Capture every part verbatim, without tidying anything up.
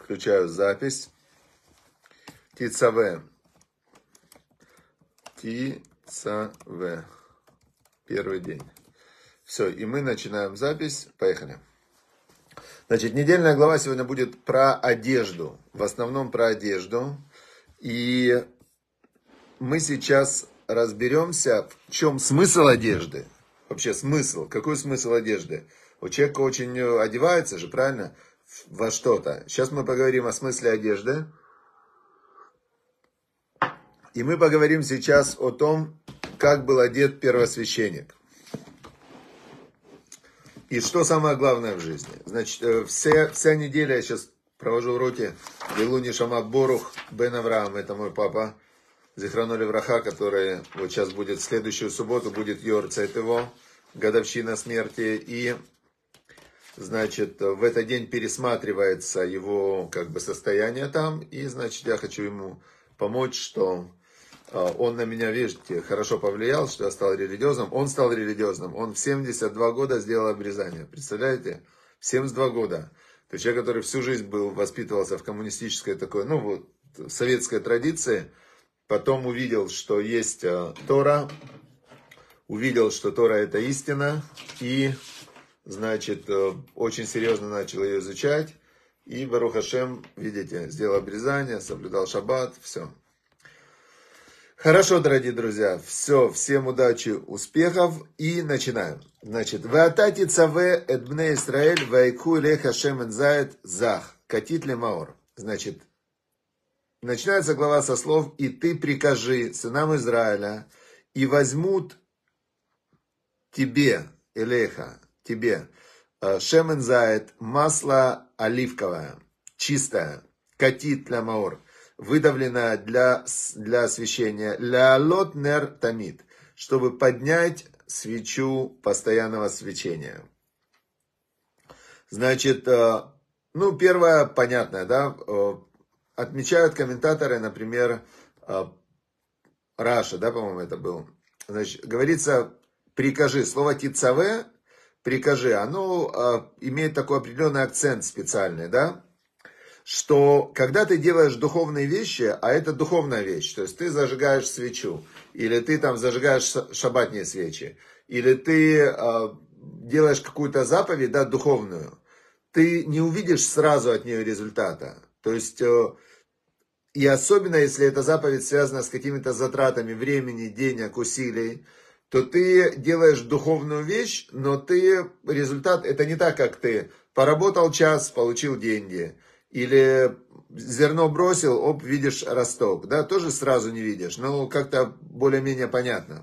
Включаю запись. Тицаве. Тицаве. Первый день. Все, и мы начинаем запись. Поехали. Значит, недельная глава сегодня будет про одежду. В основном про одежду. И мы сейчас разберемся, в чем смысл одежды. Вообще смысл. Какой смысл одежды? У человека очень одевается же, правильно? Во что-то. Сейчас мы поговорим о смысле одежды. И мы поговорим сейчас о том, как был одет первосвященник. И что самое главное в жизни. Значит, вся, вся неделя я сейчас провожу уроки Илуни Шамак Борух Бен Авраам. Это мой папа, Зихроно левраха, который вот сейчас будет, в следующую субботу будет йорцайт его, годовщина смерти. И, значит, в этот день пересматривается его, как бы, состояние там. И, значит, я хочу ему помочь, что он на меня, видите, хорошо повлиял, что я стал религиозным. Он стал религиозным. Он в семьдесят два года сделал обрезание. Представляете? В семьдесят два года. То есть человек, который всю жизнь был, воспитывался в коммунистической такой, ну вот, советской традиции, потом увидел, что есть Тора, увидел, что Тора это истина, и, значит, очень серьезно начал ее изучать. И Барух Ашем, видите, сделал обрезание, соблюдал шаббат, все. Хорошо, дорогие друзья, все, всем удачи, успехов и начинаем. Значит, «Ваатати цаве эт бне Исраэль вайку илеха шем энзает зах, катит ле маор». Значит, начинается глава со слов «И ты прикажи сынам Израиля, и возьмут тебе, илеха, тебе, шем энзает, масло оливковое, чистое, катит ле маор». Выдавленная для, для освещения, леалот нер тамид, чтобы поднять свечу постоянного свечения. Значит, ну, первое, понятное, да, отмечают комментаторы, например, Раша, да, по-моему, это был. Значит, говорится, прикажи, слово тицаве, прикажи, оно имеет такой определенный акцент специальный, да, что когда ты делаешь духовные вещи, а это духовная вещь, то есть ты зажигаешь свечу, или ты там зажигаешь шаббатные свечи, или ты э, делаешь какую-то заповедь, да, духовную, ты не увидишь сразу от нее результата. То есть, э, и особенно если эта заповедь связана с какими-то затратами времени, денег, усилий, то ты делаешь духовную вещь, но ты, результат, это не так, как ты поработал час, получил деньги. Или зерно бросил, оп, видишь росток. Да, тоже сразу не видишь, но как-то более-менее понятно.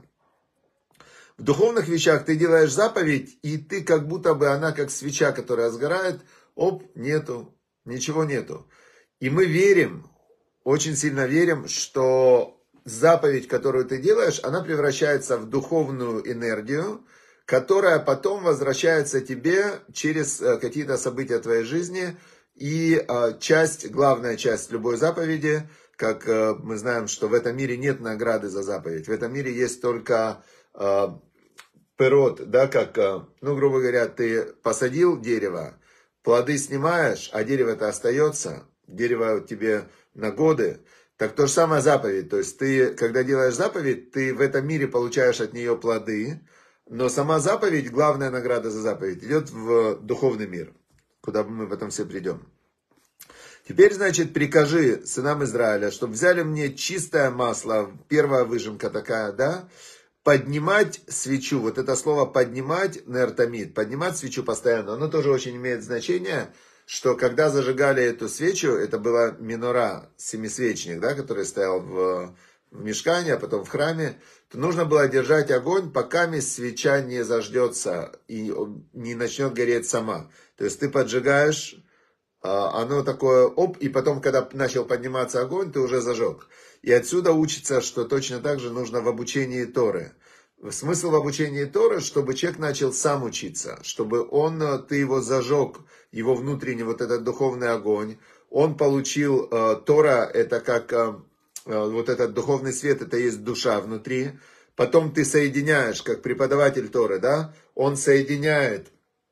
В духовных вещах ты делаешь заповедь, и ты как будто бы она как свеча, которая сгорает, оп, нету, ничего нету. И мы верим, очень сильно верим, что заповедь, которую ты делаешь, она превращается в духовную энергию, которая потом возвращается тебе через какие-то события твоей жизни. И э, часть, главная часть любой заповеди, как э, мы знаем, что в этом мире нет награды за заповедь. В этом мире есть только э, пирот, да, как, э, ну, грубо говоря, ты посадил дерево, плоды снимаешь, а дерево-то остается, дерево тебе на годы. Так то же самое заповедь. То есть ты, когда делаешь заповедь, ты в этом мире получаешь от нее плоды, но сама заповедь, главная награда за заповедь, идет в духовный мир, куда мы потом все придем. Теперь, значит, прикажи сынам Израиля, чтобы взяли мне чистое масло, первая выжимка такая, да, поднимать свечу. Вот это слово поднимать, нертамид, поднимать свечу постоянно, оно тоже очень имеет значение, что когда зажигали эту свечу, это была минора, семисвечник, да, который стоял в, в мишкане, а потом в храме, то нужно было держать огонь, пока свеча не заждется и не начнет гореть сама. То есть ты поджигаешь, оно такое, оп, и потом, когда начал подниматься огонь, ты уже зажег. И отсюда учится, что точно так же нужно в обучении Торы. Смысл в обучении Торы, чтобы человек начал сам учиться, чтобы он, ты его зажег, его внутренний вот этот духовный огонь, он получил, Тора это как, вот этот духовный свет, это есть душа внутри, потом ты соединяешь, как преподаватель Торы, да, он соединяет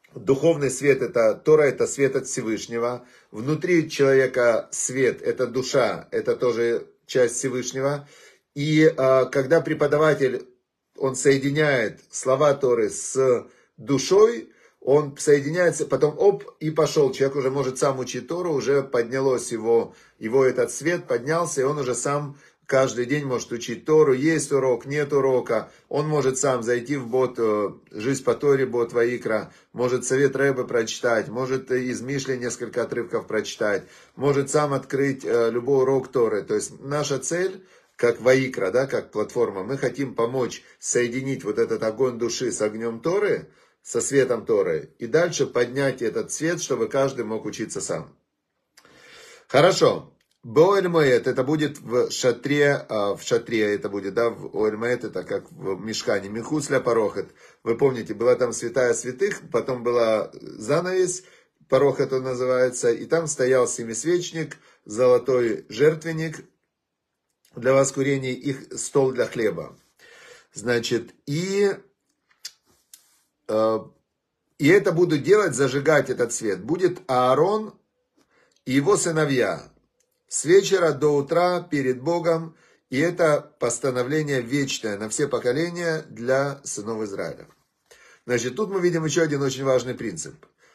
Духовный свет, это Тора, это свет от Всевышнего. Внутри человека свет, это душа, это тоже часть Всевышнего. И а, когда преподаватель, он соединяет слова Торы с душой, он соединяется, потом оп, и пошел. Человек уже может сам учить Тору, уже поднялось его, его этот свет, поднялся, и он уже сам каждый день может учить Тору. Есть урок, нет урока. Он может сам зайти в бот «Жизнь по Торе», бот Ваикра. Может совет Рэбе прочитать. Может из Мишли несколько отрывков прочитать. Может сам открыть любой урок Торы. То есть наша цель, как Ваикра, да, как платформа, мы хотим помочь соединить вот этот огонь души с огнем Торы, со светом Торы. И дальше поднять этот свет, чтобы каждый мог учиться сам. Хорошо. Боэль Моэт, это будет в шатре, в шатре это будет, да, в Оэль Моэт, это как в мешкане, Михус ля Парохет. Вы помните, была там святая святых, потом была занавес, Парохет он называется, и там стоял семисвечник, золотой жертвенник для воскурения, их стол для хлеба. Значит, и, и это будут делать, зажигать этот свет. Будет Аарон и его сыновья. С вечера до утра перед Богом, и это постановление вечное на все поколения для сынов Израиля. Значит, тут мы видим еще один очень важный принцип.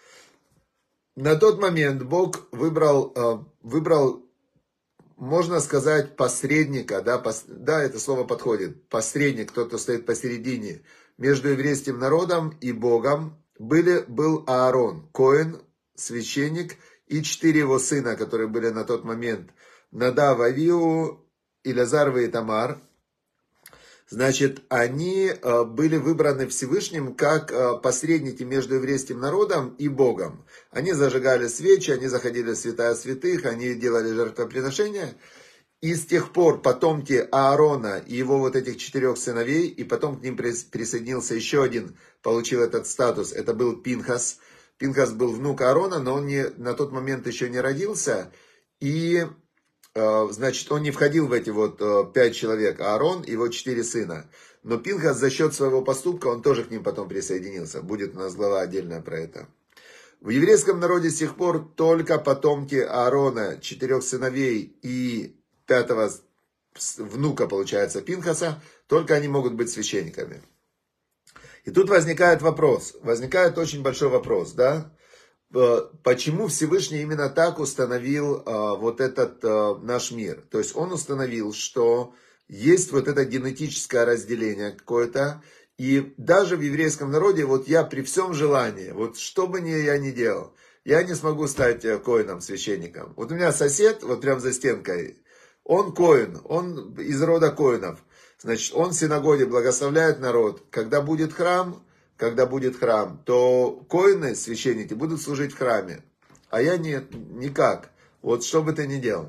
На тот момент Бог выбрал, выбрал, можно сказать, посредника, да, пос, да, это слово подходит, посредник, тот, кто стоит посередине, между еврейским народом и Богом, были, был Аарон, Коэн, священник, и четыре его сына, которые были на тот момент, Надав, Авиу, Илязар и Тамар. Значит, они были выбраны Всевышним как посредники между еврейским народом и Богом. Они зажигали свечи, они заходили в святая святых, они делали жертвоприношения. И с тех пор потомки Аарона и его вот этих четырех сыновей, и потом к ним присоединился еще один, получил этот статус, это был Пинхас. Пинхас был внук Аарона, но он не, на тот момент еще не родился. И, э, значит, он не входил в эти вот э, пять человек. Аарон и его четыре сына. Но Пинхас за счет своего поступка, он тоже к ним потом присоединился. Будет у нас глава отдельная про это. В еврейском народе с тех пор только потомки Аарона, четырех сыновей и пятого внука, получается, Пинхаса, только они могут быть священниками. И тут возникает вопрос, возникает очень большой вопрос, да, почему Всевышний именно так установил а, вот этот а, наш мир. То есть он установил, что есть вот это генетическое разделение какое-то, и даже в еврейском народе, вот я при всем желании, вот что бы ни я ни делал, я не смогу стать коэном, священником. Вот у меня сосед, вот прям за стенкой, он коэн, он из рода коэнов. Значит, он в синагоге благословляет народ. Когда будет храм, когда будет храм, то коэны, священники, будут служить в храме. А я нет, никак. Вот что бы ты ни делал.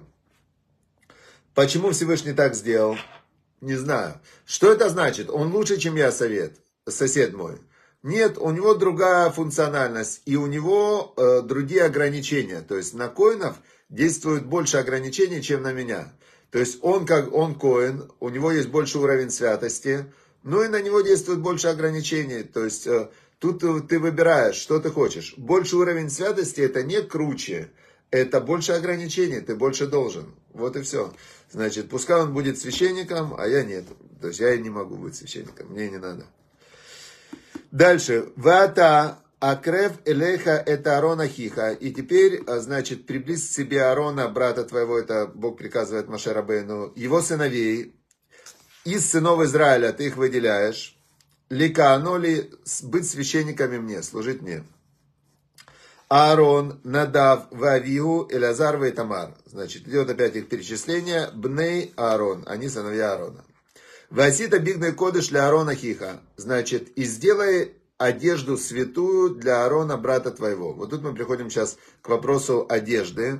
Почему Всевышний так сделал? Не знаю. Что это значит? Он лучше, чем я, совет, сосед мой. Нет, у него другая функциональность. И у него э, другие ограничения. То есть на коэнов действует больше ограничений, чем на меня. То есть он как он коэн, у него есть больше уровень святости, но и на него действует больше ограничений. То есть э, тут ты выбираешь, что ты хочешь. Больше уровень святости это не круче, это больше ограничений, ты больше должен. Вот и все. Значит, пускай он будет священником, а я нет. То есть я и не могу быть священником, мне не надо. Дальше. Вата акрев элеха это Аарона хиха. И теперь, значит, приблизь к себе Аарона, брата твоего, это Бог приказывает Моше Рабейну, его сыновей, из сынов Израиля ты их выделяешь. Лика аноли, быть священниками мне, служить мне. Аарон, Надав, Вавиу, Элязар и Тамар. Значит, идет опять их перечисление. Бней Аарон, они сыновья Аарона. Васита бигный кодыш для Аарона хиха. Значит, и сделай одежду святую для Аарона, брата твоего. Вот тут мы приходим сейчас к вопросу одежды.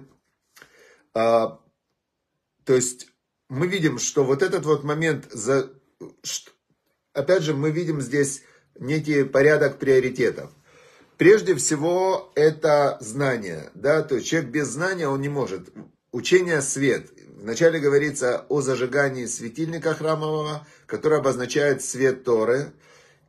А, то есть, мы видим, что вот этот вот момент, за, опять же, мы видим здесь некий порядок приоритетов. Прежде всего, это знание, да, то есть человек без знания, он не может. Учение свет. Вначале говорится о зажигании светильника храмового, который обозначает свет Торы.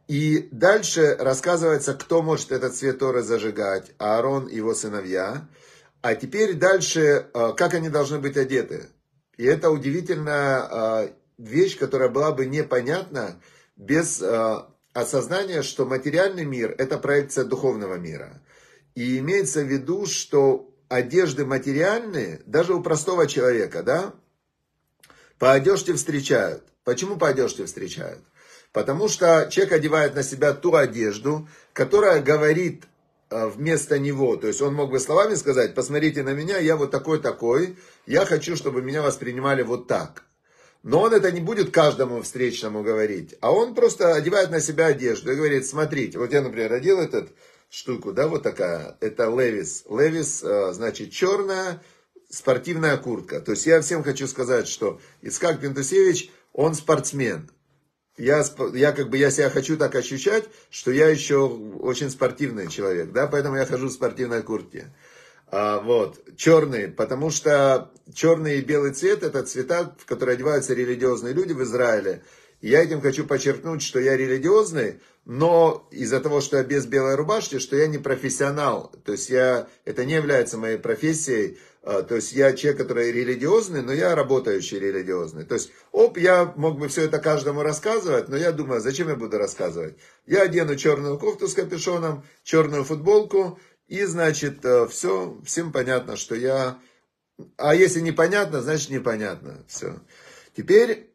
И дальше рассказывается, кто может этот свет Торы зажигать, Аарон и его сыновья. А теперь дальше, как они должны быть одеты. И это удивительная вещь, которая была бы непонятна без осознания, что материальный мир – это проекция духовного мира. И имеется в виду, что одежды материальные, даже у простого человека, да, по одежде встречают. Почему по одежде встречают? Потому что человек одевает на себя ту одежду, которая говорит вместо него. То есть он мог бы словами сказать: посмотрите на меня, я вот такой-такой, я хочу, чтобы меня воспринимали вот так. Но он это не будет каждому встречному говорить, а он просто одевает на себя одежду и говорит: смотрите, вот я, например, одел эту штуку, да, вот такая, это Левис. Левис, значит, черная спортивная куртка. То есть я всем хочу сказать, что Ицхак Пентусевич, он спортсмен. Я, я как бы, я себя хочу так ощущать, что я еще очень спортивный человек, да, поэтому я хожу в спортивной куртке. А, вот, черный, потому что черный и белый цвет — это цвета, в которые одеваются религиозные люди в Израиле. И я этим хочу подчеркнуть, что я религиозный, но из-за того, что я без белой рубашки, что я не профессионал. То есть я, это не является моей профессией. То есть я человек, который религиозный, но я работающий религиозный. То есть, оп, я мог бы все это каждому рассказывать, но я думаю, зачем я буду рассказывать? Я одену черную кофту с капюшоном, черную футболку, и, значит, все, всем понятно, что я... А если непонятно, значит непонятно. Все. Теперь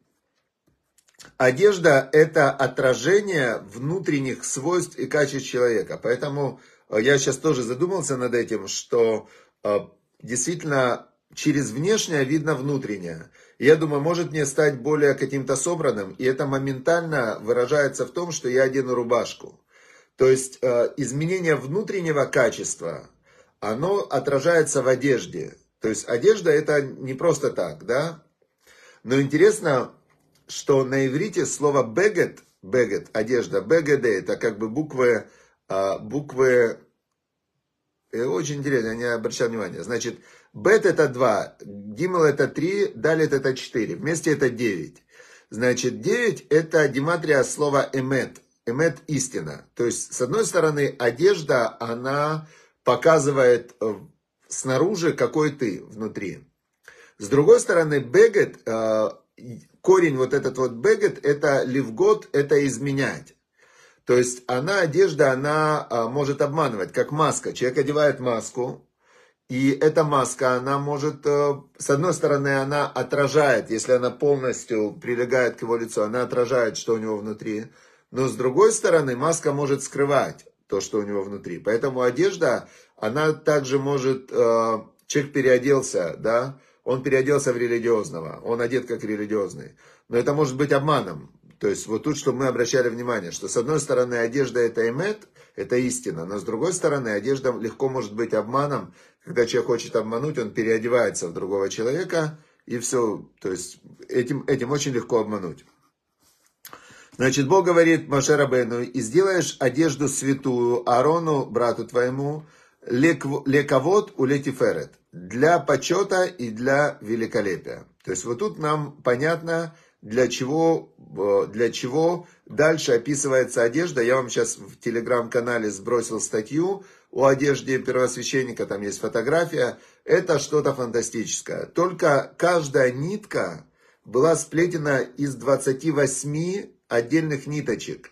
одежда — это отражение внутренних свойств и качеств человека. Поэтому я сейчас тоже задумался над этим, что... Действительно, через внешнее видно внутреннее. И я думаю, может мне стать более каким-то собранным, и это моментально выражается в том, что я одену рубашку. То есть э, изменение внутреннего качества, оно отражается в одежде. То есть одежда — это не просто так, да? Но интересно, что на иврите слово бегет, бегет, одежда, бегеде, это как бы буквы, э, буквы... Очень интересно, я не обращал внимания. Значит, бет это два, гимел это три, далит это четыре. Вместе это девять. Значит, девять это гематрия слова эмет. Эмет — истина. То есть, с одной стороны, одежда, она показывает снаружи, какой ты внутри. С другой стороны, бегет, корень вот этот вот бегет, это ливгот, это изменять. То есть она, одежда, она а, может обманывать, как маска. Человек одевает маску, и эта маска, она может, а, с одной стороны, она отражает, если она полностью прилегает к его лицу, она отражает, что у него внутри. Но с другой стороны, маска может скрывать то, что у него внутри. Поэтому одежда, она также может, а, человек переоделся, да, он переоделся в религиозного, он одет как религиозный. Но это может быть обманом. То есть вот тут, чтобы мы обращали внимание, что с одной стороны одежда это эмет, это истина, но с другой стороны одежда легко может быть обманом. Когда человек хочет обмануть, он переодевается в другого человека, и все. То есть этим, этим очень легко обмануть. Значит, Бог говорит Моше Рабейну: и сделаешь одежду святую Аарону, брату твоему, лекавод у летиферет, для почета и для великолепия. То есть вот тут нам понятно, для чего, для чего дальше описывается одежда. Я вам сейчас в телеграм-канале сбросил статью о одежде первосвященника, там есть фотография. Это что-то фантастическое. Только каждая нитка была сплетена из двадцати восьми отдельных ниточек.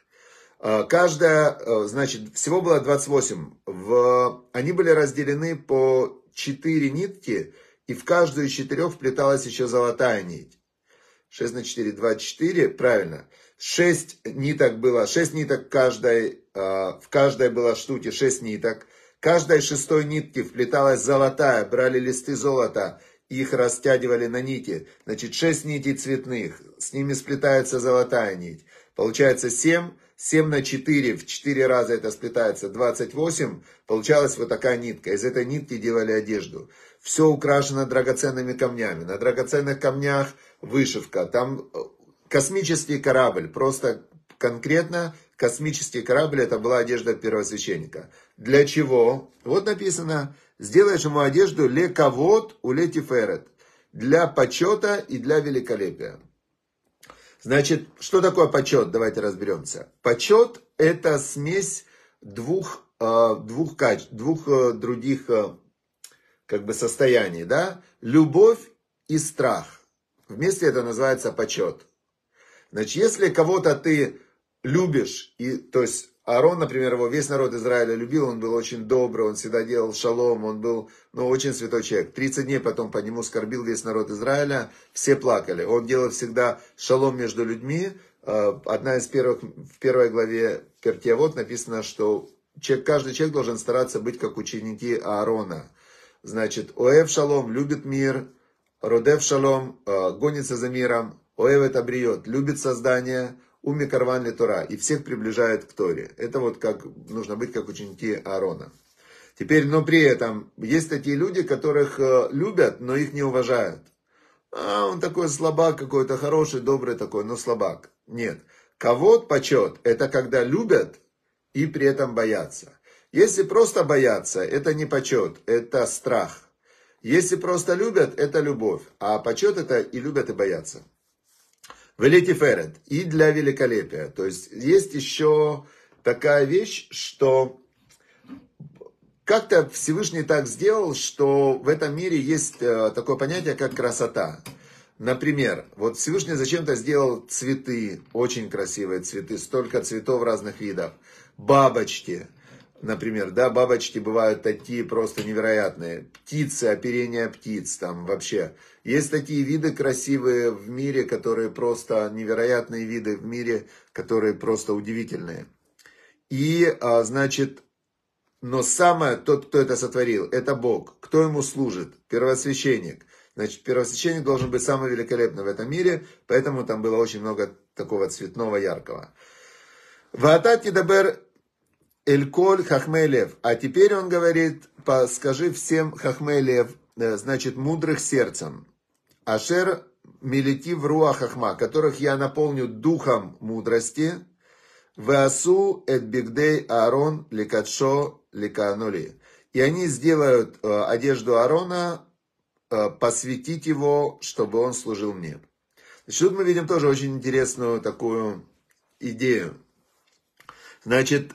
Каждая, значит, всего было двадцать восемь. В, они были разделены по четыре нитки, и в каждую из четырех вплеталась еще золотая нить. шесть на четыре, двадцать четыре, правильно. шесть ниток было, шесть ниток каждой, в каждой было штуке шесть ниток. Каждой шестой нитке вплеталась золотая, брали листы золота, их растягивали на нити. Значит, шесть нитей цветных, с ними сплетается золотая нить. Получается семь, семь на четыре, в четыре раза это сплетается, двадцать восемь. Получалась вот такая нитка. Из этой нитки делали одежду. Все украшено драгоценными камнями. На драгоценных камнях вышивка. Там космический корабль. Просто конкретно космический корабль. Это была одежда первосвященника. Для чего? Вот написано: сделаешь ему одежду лекавод у летиферет. Для почета и для великолепия. Значит, что такое почет? Давайте разберемся. Почет – это смесь двух, двух, качеств, двух других как бы состояний. Да? Любовь и страх. Вместе это называется почет. Значит, если кого-то ты любишь, и, то есть Аарон, например, его весь народ Израиля любил, он был очень добрый, он всегда делал шалом, он был, ну, очень святой человек. тридцать дней потом по нему скорбил весь народ Израиля, все плакали. Он делал всегда шалом между людьми. Одна из первых, в первой главе Перкей Авот написано, что человек, каждый человек должен стараться быть как ученики Аарона. Значит, Оэв шалом, любит мир, Родев шалом, гонится за миром, Оэв это бриет, любит создание, Уми карван ли Тора, и всех приближает к Торе. Это вот как нужно быть, как ученики Аарона. Теперь, но при этом, есть такие люди, которых любят, но их не уважают. А, он такой слабак какой-то, хороший, добрый такой, но слабак. Нет. Кого-то почет, это когда любят и при этом боятся. Если просто боятся, это не почет, это страх. Если просто любят, это любовь. А почет это и любят, и боятся. Велитиферет, и для великолепия. То есть, есть еще такая вещь, что как-то Всевышний так сделал, что в этом мире есть такое понятие, как красота. Например, вот Всевышний зачем-то сделал цветы, очень красивые цветы, столько цветов разных видов. Бабочки, например, да, бабочки бывают такие просто невероятные. Птицы, оперение птиц, там вообще. Есть такие виды красивые в мире, которые просто невероятные виды в мире, которые просто удивительные. И, значит, но самое, тот, кто это сотворил, это Бог. Кто ему служит? Первосвященник. Значит, первосвященник должен быть самый великолепный в этом мире, поэтому там было очень много такого цветного, яркого. Ваатат недабер эль-коль хахмей лев. А теперь он говорит, скажи всем хахмей лев, значит, мудрых сердцем. Ашер милити в руа хахма, которых я наполню духом мудрости. Веасу эт бигдей Аарон ликатшо ликанули. И они сделают э, одежду Аарона, э, посвятить его, чтобы он служил мне. Значит, тут мы видим тоже очень интересную такую идею. Значит,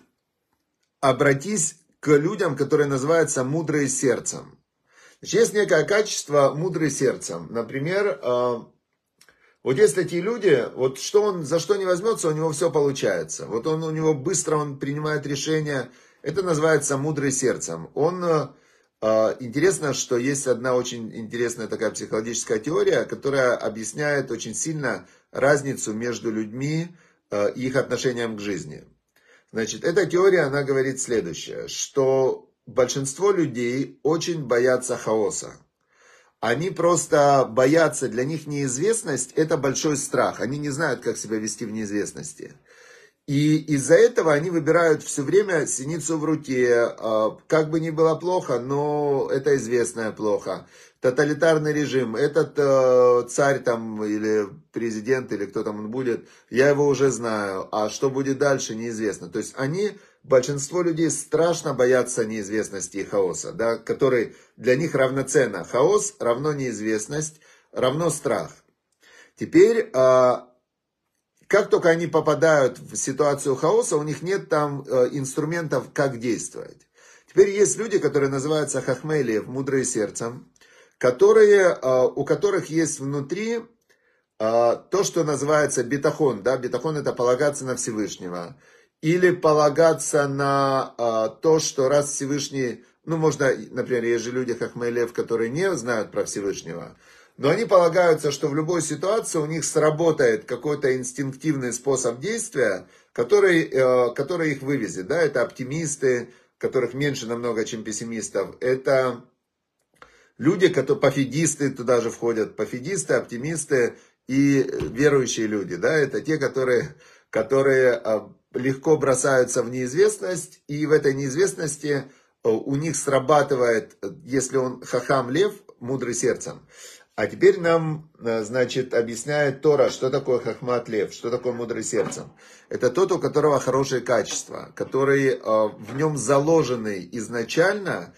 обратись к людям, которые называются мудрые сердцем. Значит, есть некое качество мудрые сердцем. Например, э, вот есть такие люди, вот что он, за что не возьмется, у него все получается. Вот он, у него быстро он принимает решения. Это называется мудрый сердцем. Он, э, интересно, что есть одна очень интересная такая психологическая теория, которая объясняет очень сильно разницу между людьми э, и их отношением к жизни. Значит, эта теория, она говорит следующее, что большинство людей очень боятся хаоса. Они просто боятся, для них неизвестность – это большой страх. Они не знают, как себя вести в неизвестности. И из-за этого они выбирают все время синицу в руке. Как бы ни было плохо, но это известное плохо. Тоталитарный режим, этот царь там или президент, или кто там он будет, я его уже знаю. А что будет дальше, неизвестно. То есть они... Большинство людей страшно боятся неизвестности и хаоса, да, который для них равноценно. Хаос равно неизвестность, равно страх. Теперь, как только они попадают в ситуацию хаоса, у них нет там инструментов, как действовать. Теперь есть люди, которые называются хахмей лев, мудрые сердцем, которые, у которых есть внутри то, что называется битахон. Да? Битахон – это полагаться на Всевышнего. Или полагаться на а, то, что раз Всевышний, ну можно, например, есть же люди хахмей лев, которые не знают про Всевышнего, но они полагаются, что в любой ситуации у них сработает какой-то инстинктивный способ действия, который, э, который их вывезет. Да? Это оптимисты, которых меньше намного, чем пессимистов. Это люди, которые, пофигисты туда же входят, пофигисты, оптимисты и верующие люди. Да? Это те, которые, которые легко бросаются в неизвестность, и в этой неизвестности у них срабатывает, если он хахам лев, мудрый сердцем. А теперь нам, значит, объясняет Тора, что такое хахмат лев, что такое мудрый сердцем. Это тот, у которого хорошие качества, который в нем заложены изначально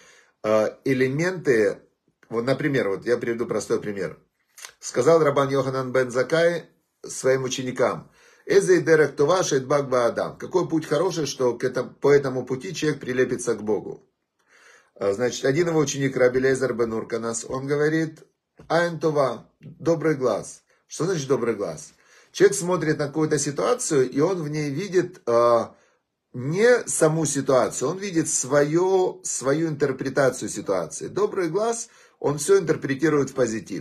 элементы. Вот, например, вот я приведу простой пример. Сказал Рабан Йоханан бен Заккай, своим ученикам: «Эзей дерек това шейтбак баадам». Какой путь хороший, что к этому, по этому пути человек прилепится к Богу. Значит, один его ученик, Раби Элиэзер бен Урканас, он говорит: «Айн това», добрый глаз. Что значит добрый глаз? Человек смотрит на какую-то ситуацию, и он в ней видит э, не саму ситуацию, он видит свою, свою интерпретацию ситуации. Добрый глаз, он все интерпретирует в позитив.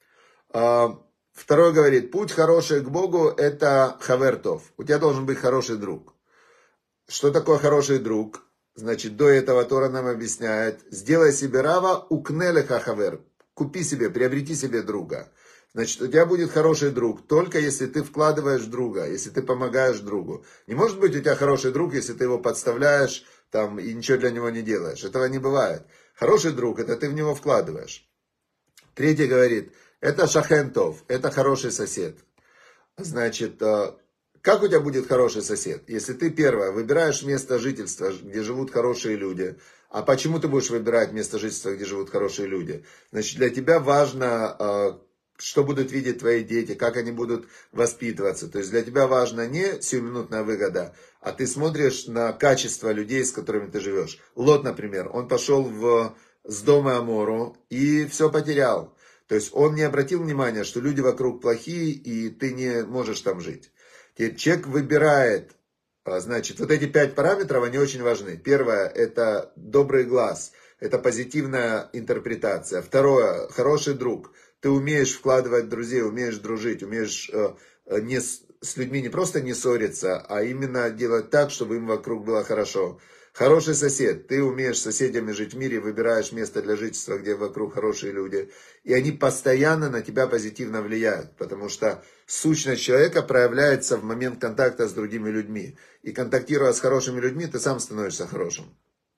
Э, второй говорит: путь хороший к Богу — это хавертов. У тебя должен быть хороший друг. Что такое хороший друг? Значит, до этого Тора нам объясняет: сделай себе рава, укнелеха хавер. Купи себе, приобрети себе друга. Значит, у тебя будет хороший друг, только если ты вкладываешь в друга, если ты помогаешь другу. Не может быть у тебя хороший друг, если ты его подставляешь там, и ничего для него не делаешь. Этого не бывает. Хороший друг — это ты в него вкладываешь. Третий говорит: это шахентов, это хороший сосед. Значит, как у тебя будет хороший сосед? Если ты, первое, выбираешь место жительства, где живут хорошие люди. А почему ты будешь выбирать место жительства, где живут хорошие люди? Значит, для тебя важно, что будут видеть твои дети, как они будут воспитываться. То есть для тебя важна не сиюминутная выгода, а ты смотришь на качество людей, с которыми ты живешь. Лот, например, он пошел в, с дома Амору и все потерял. То есть он не обратил внимания, что люди вокруг плохие, и ты не можешь там жить. Человек выбирает, значит, вот эти пять параметров, они очень важны. Первое — это добрый глаз, это позитивная интерпретация. Второе — хороший друг. Ты умеешь вкладывать в друзей, умеешь дружить, умеешь э, не, с людьми не просто не ссориться, а именно делать так, чтобы им вокруг было хорошо. Хороший сосед. Ты умеешь с соседями жить в мире, выбираешь место для жительства, где вокруг хорошие люди. И они постоянно на тебя позитивно влияют, потому что сущность человека проявляется в момент контакта с другими людьми. И контактируя с хорошими людьми, ты сам становишься хорошим.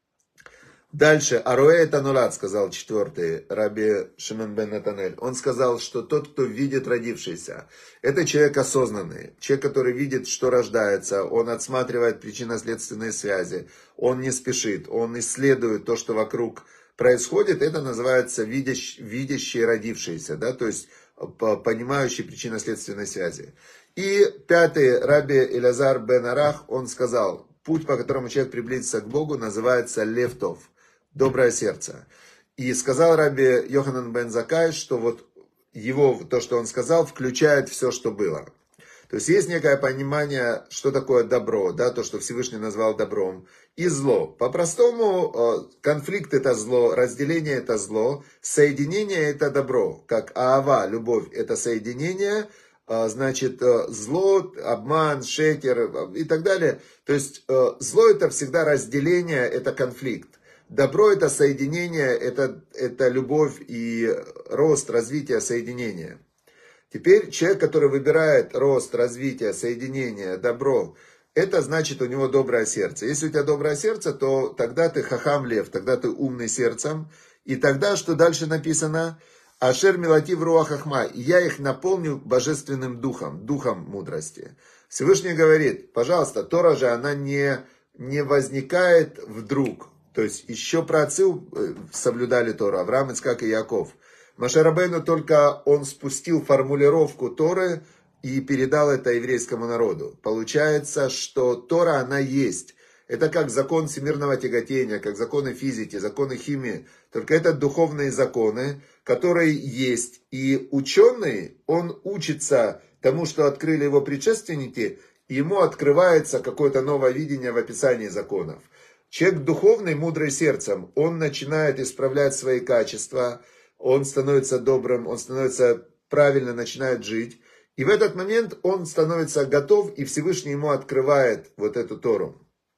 Дальше, Аруэ Танурат, сказал четвертый, Раби Шимон бен Натанель. Он сказал, что тот, кто видит родившийся, это человек осознанный. Человек, который видит, что рождается, он отсматривает причинно-следственные связи, он не спешит, он исследует то, что вокруг происходит. Это называется видящий, видящий родившийся, да, то есть понимающий причинно-следственные связи. И пятый, Раби Элиэзер бен Арах, он сказал: путь, по которому человек приблизится к Богу, называется левтов. Доброе сердце. И сказал Раби Йоханан бен Заккай, что вот его, то, что он сказал, включает все, что было. То есть есть некое понимание, что такое добро, да, то, что Всевышний назвал добром, и зло. По-простому, конфликт — это зло, разделение — это зло, соединение — это добро. Как аава, любовь — это соединение, значит, зло, обман, шекер и так далее. То есть зло — это всегда разделение, это конфликт. Добро — это соединение, это, это любовь и рост, развитие, соединение. Теперь человек, который выбирает рост, развитие, соединение, добро, это значит, у него доброе сердце. Если у тебя доброе сердце, то тогда ты хахам лев, тогда ты умный сердцем. И тогда, что дальше написано? Ашер милати в руах хахма. И я их наполню божественным духом, духом мудрости. Всевышний говорит: пожалуйста, Тора же, она не, не возникает вдруг. То есть еще праотцы соблюдали Тору, Авраам, Ицхак и Яков. Моше Рабейну только он спустил формулировку Торы и передал это еврейскому народу. Получается, что Тора, она есть. Это как закон всемирного тяготения, как законы физики, законы химии. Только это духовные законы, которые есть. И ученый, он учится тому, что открыли его предшественники, и ему открывается какое-то новое видение в описании законов. Человек духовный, мудрый сердцем, он начинает исправлять свои качества, он становится добрым, он становится правильно, начинает жить. И в этот момент он становится готов, и Всевышний ему открывает вот эту Тору.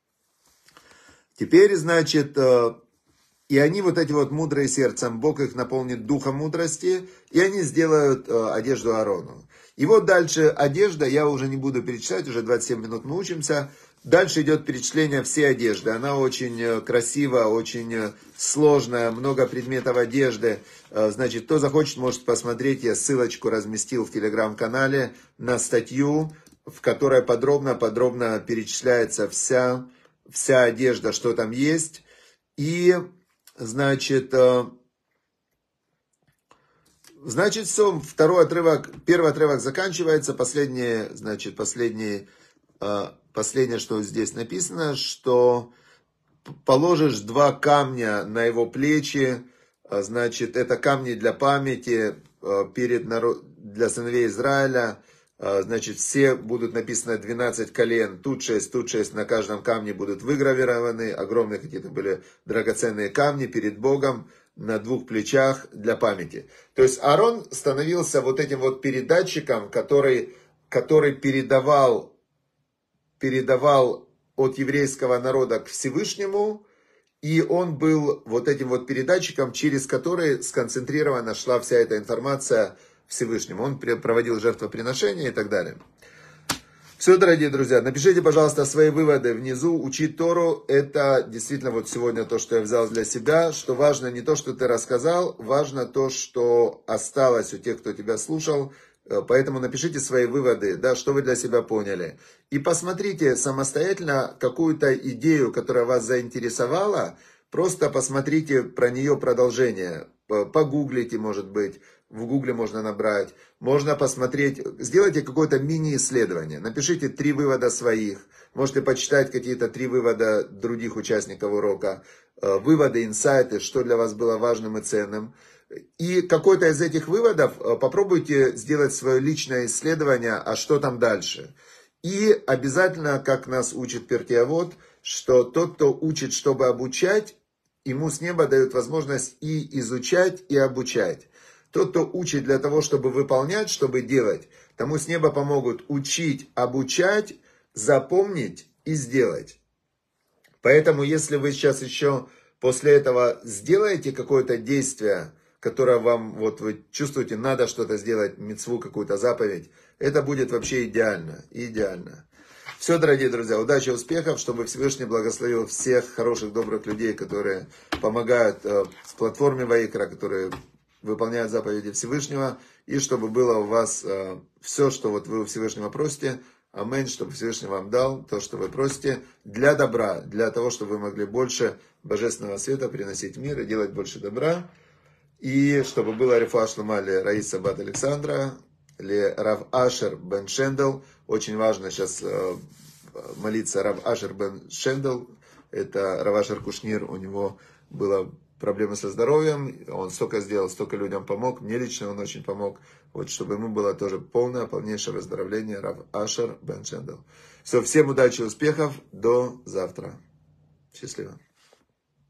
Теперь, значит, и они вот эти вот мудрые сердцем, Бог их наполнит духом мудрости, и они сделают одежду Аарону. И вот дальше одежда, я уже не буду перечислять, уже двадцать семь минут мы учимся. Дальше идет перечисление всей одежды. Она очень красивая, очень сложная, много предметов одежды. Значит, кто захочет, может посмотреть. Я ссылочку разместил в телеграм-канале на статью, в которой подробно-подробно перечисляется вся, вся одежда, что там есть. И, значит, Значит, все, второй отрывок, первый отрывок заканчивается, последнее, значит, последний, последнее, что здесь написано, что положишь два камня на его плечи, значит, это камни для памяти перед народ, для сыновей Израиля, значит, все будут написано двенадцать колен, тут шесть, тут шесть, на каждом камне будут выгравированы, огромные какие-то были драгоценные камни перед Богом, на двух плечах для памяти. То есть Аарон становился вот этим вот передатчиком, который, который передавал, передавал от еврейского народа к Всевышнему, и он был вот этим вот передатчиком, через который сконцентрирована шла вся эта информация Всевышнему. Он проводил жертвоприношения и так далее. Все, дорогие друзья, напишите, пожалуйста, свои выводы внизу. Учить Тору – это действительно вот сегодня то, что я взял для себя. Что важно не то, что ты рассказал, важно то, что осталось у тех, кто тебя слушал. Поэтому напишите свои выводы, да, что вы для себя поняли. И посмотрите самостоятельно какую-то идею, которая вас заинтересовала. Просто посмотрите про нее продолжение. Погуглите, может быть. В гугле можно набрать. Можно посмотреть. Сделайте какое-то мини-исследование. Напишите три вывода своих. Можете почитать какие-то три вывода других участников урока. Выводы, инсайты, что для вас было важным и ценным. И какой-то из этих выводов попробуйте сделать свое личное исследование, а что там дальше. И обязательно, как нас учит Перкей Авот, что тот, кто учит, чтобы обучать, ему с неба дают возможность и изучать, и обучать. Тот, кто учит для того, чтобы выполнять, чтобы делать, тому с неба помогут учить, обучать, запомнить и сделать. Поэтому, если вы сейчас еще после этого сделаете какое-то действие, которое вам, вот вы чувствуете, надо что-то сделать, мицву, какую-то заповедь, это будет вообще идеально, идеально. Все, дорогие друзья, удачи, успехов, чтобы Всевышний благословил всех хороших, добрых людей, которые помогают э, с платформе Ваикра, которые выполняют заповеди Всевышнего, и чтобы было у вас э, все, что вот вы у Всевышнего просите, аминь, чтобы Всевышний вам дал то, что вы просите, для добра, для того, чтобы вы могли больше божественного света приносить в мир и делать больше добра, и чтобы было рефуа шлема ле Раиса бат Александра, ле Рав Ашер бен Шендел, очень важно сейчас э, молиться Рав Ашер бен Шендел, это Рав Ашер Кушнир, у него было проблемы со здоровьем, он столько сделал, столько людям помог, мне лично он очень помог, вот чтобы ему было тоже полное, полнейшее выздоровление, Рав Ашер бен Шендел. Все, всем удачи, успехов, до завтра. Счастливо.